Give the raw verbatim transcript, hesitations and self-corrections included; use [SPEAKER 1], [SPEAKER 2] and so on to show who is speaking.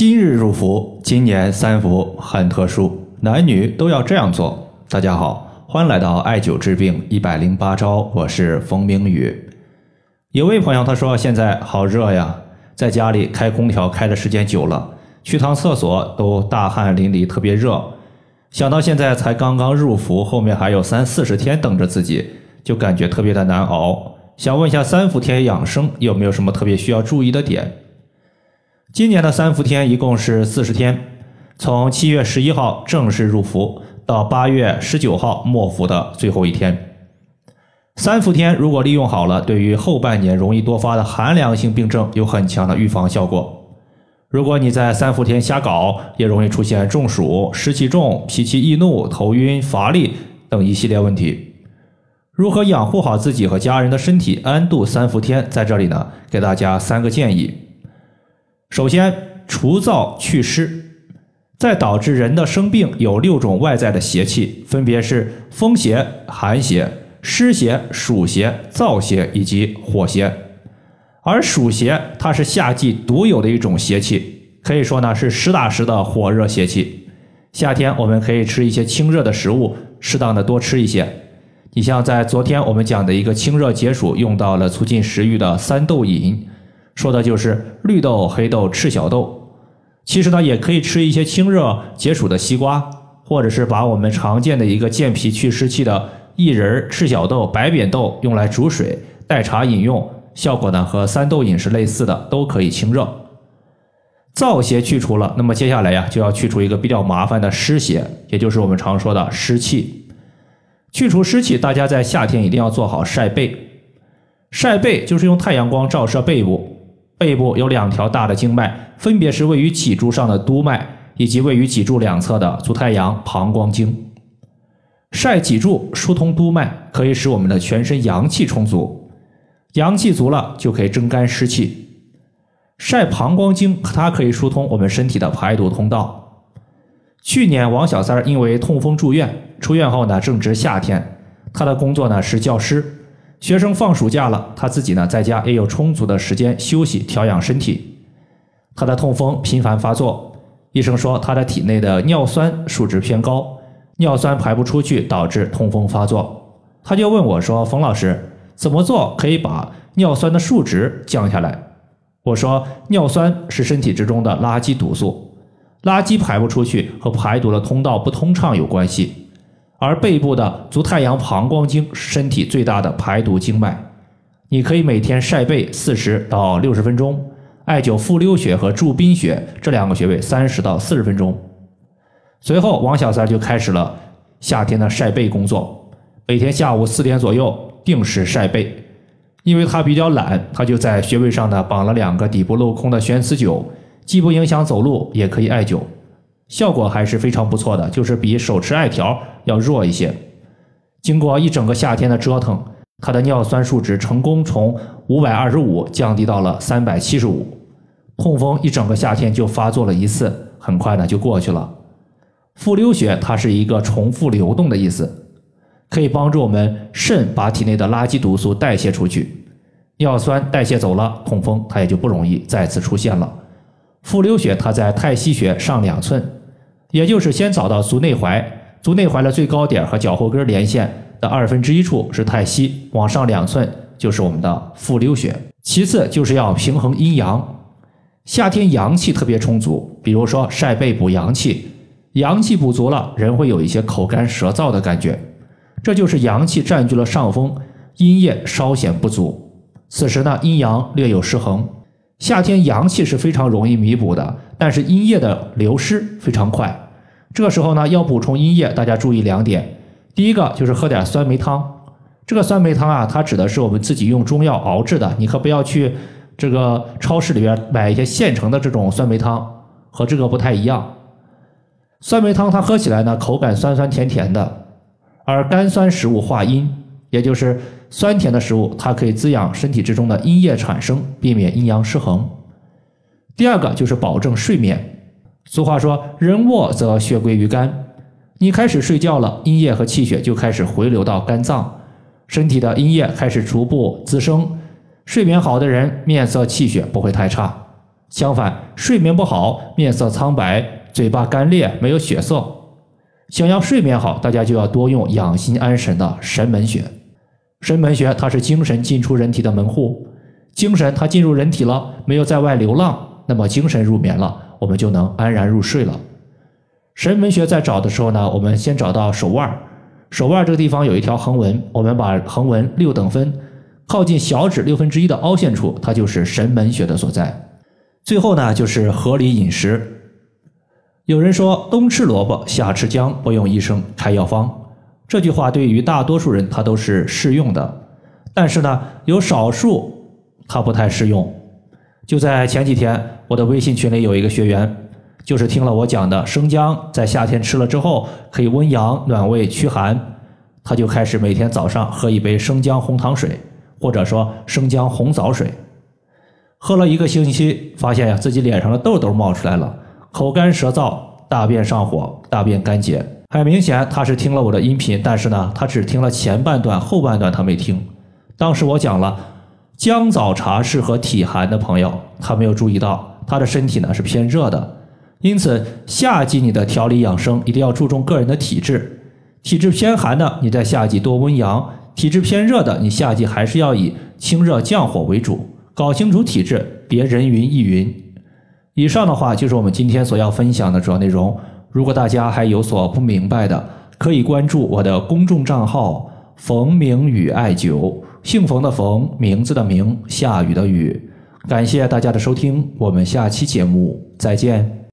[SPEAKER 1] 今日入伏，今年三伏很特殊，男女都要这样做。大家好，欢迎来到艾灸治病一百零八招，我是冯明宇。有位朋友他说现在好热呀，在家里开空调开的时间久了，去趟厕所都大汗淋漓，特别热。想到现在才刚刚入伏，后面还有三四十天等着自己，就感觉特别的难熬。想问一下三伏天养生有没有什么特别需要注意的点？今年的三伏天一共是四十天，从七月十一号正式入伏到八月十九号末伏的最后一天。三伏天如果利用好了，对于后半年容易多发的寒凉性病症有很强的预防效果。如果你在三伏天瞎搞，也容易出现中暑、湿气重、脾气易怒、头晕、乏力等一系列问题。如何养护好自己和家人的身体，安度三伏天，在这里呢，给大家三个建议。首先，除燥祛湿。在导致人的生病有六种外在的邪气，分别是风邪、寒邪、湿邪、暑邪、燥邪以及火邪。而暑邪它是夏季独有的一种邪气，可以说呢是实打实的火热邪气。夏天我们可以吃一些清热的食物，适当的多吃一些。你像在昨天我们讲的一个清热解暑，用到了促进食欲的三豆饮，说的就是绿豆、黑豆、赤小豆。其实呢，也可以吃一些清热解暑的西瓜，或者是把我们常见的一个健脾祛湿气的薏仁、赤小豆、白扁豆用来煮水代茶饮用，效果呢和三豆饮是类似的，都可以清热。燥邪去除了，那么接下来呀就要去除一个比较麻烦的湿邪，也就是我们常说的湿气。去除湿气，大家在夏天一定要做好晒背。晒背就是用太阳光照射背部。背部有两条大的经脉，分别是位于脊柱上的督脉，以及位于脊柱两侧的足太阳膀胱经。晒脊柱疏通督脉，可以使我们的全身阳气充足，阳气足了就可以蒸干湿气。晒膀胱经，它可以疏通我们身体的排毒通道。去年王小三因为痛风住院，出院后呢正值夏天，他的工作呢是教师。学生放暑假了，他自己呢在家也有充足的时间休息调养身体。他的痛风频繁发作，医生说他的体内的尿酸数值偏高，尿酸排不出去，导致痛风发作。他就问我说，冯老师，怎么做可以把尿酸的数值降下来？我说，尿酸是身体之中的垃圾毒素，垃圾排不出去和排毒的通道不通畅有关系。而背部的足太阳膀胱经是身体最大的排毒经脉，你可以每天晒背四十到六十分钟，艾灸复溜穴和助宾穴这两个穴位三十到四十分钟。随后王小三就开始了夏天的晒背工作，每天下午四点左右定时晒背。因为他比较懒，他就在穴位上呢绑了两个底部镂空的悬磁灸，既不影响走路，也可以艾灸。效果还是非常不错的，就是比手持艾条要弱一些。经过一整个夏天的折腾，他的尿酸数值成功从五百二十五降低到了三百七十五。痛风一整个夏天就发作了一次，很快呢就过去了。复溜穴它是一个重复流动的意思，可以帮助我们肾把体内的垃圾毒素代谢出去，尿酸代谢走了，痛风它也就不容易再次出现了。复溜穴它在太溪穴上两寸，也就是先找到足内踝，足内踝的最高点和脚后跟连线的二分之一处是太溪，往上两寸就是我们的复溜穴。其次就是要平衡阴阳，夏天阳气特别充足，比如说晒背补阳气，阳气补足了，人会有一些口干舌燥的感觉，这就是阳气占据了上风，阴液稍显不足，此时呢阴阳略有失衡。夏天阳气是非常容易弥补的，但是阴液的流失非常快。这个时候呢，要补充阴液，大家注意两点。第一个就是喝点酸梅汤。这个酸梅汤啊，它指的是我们自己用中药熬制的，你可不要去这个超市里边买一些现成的这种酸梅汤，和这个不太一样。酸梅汤它喝起来呢，口感酸酸甜甜的，而甘酸食物化阴，也就是酸甜的食物，它可以滋养身体之中的阴液产生，避免阴阳失衡。第二个就是保证睡眠。俗话说，人卧则血归于肝，你开始睡觉了，阴液和气血就开始回流到肝脏，身体的阴液开始逐步滋生。睡眠好的人，面色气血不会太差。 相反，睡眠不好，面色苍白，嘴巴干裂，没有血色。想要睡眠好，大家就要多用养心安神的神门穴。神门穴它是精神进出人体的门户，精神它进入人体了，没有在外流浪，那么精神入眠了，我们就能安然入睡了。神门穴在找的时候呢，我们先找到手腕，手腕这个地方有一条横纹，我们把横纹六等分，靠近小指六分之一的凹陷处，它就是神门穴的所在。最后呢，就是合理饮食。有人说冬吃萝卜夏吃姜，不用医生开药方，这句话对于大多数人它都是适用的，但是呢，有少数它不太适用。就在前几天，我的微信群里有一个学员，就是听了我讲的生姜在夏天吃了之后可以温阳暖胃驱寒，他就开始每天早上喝一杯生姜红糖水，或者说生姜红枣水。喝了一个星期，发现呀自己脸上的痘痘冒出来了，口干舌燥，大便上火，大便干结。很明显他是听了我的音频，但是呢他只听了前半段，后半段他没听。当时我讲了姜枣茶适合体寒的朋友，他没有注意到他的身体呢是偏热的，因此夏季你的调理养生一定要注重个人的体质，体质偏寒的你在夏季多温阳，体质偏热的你夏季还是要以清热降火为主，搞清楚体质，别人云亦云。以上的话就是我们今天所要分享的主要内容，如果大家还有所不明白的，可以关注我的公众账号冯明宇艾灸，姓冯的冯，名字的名，下雨的雨。感谢大家的收听，我们下期节目再见。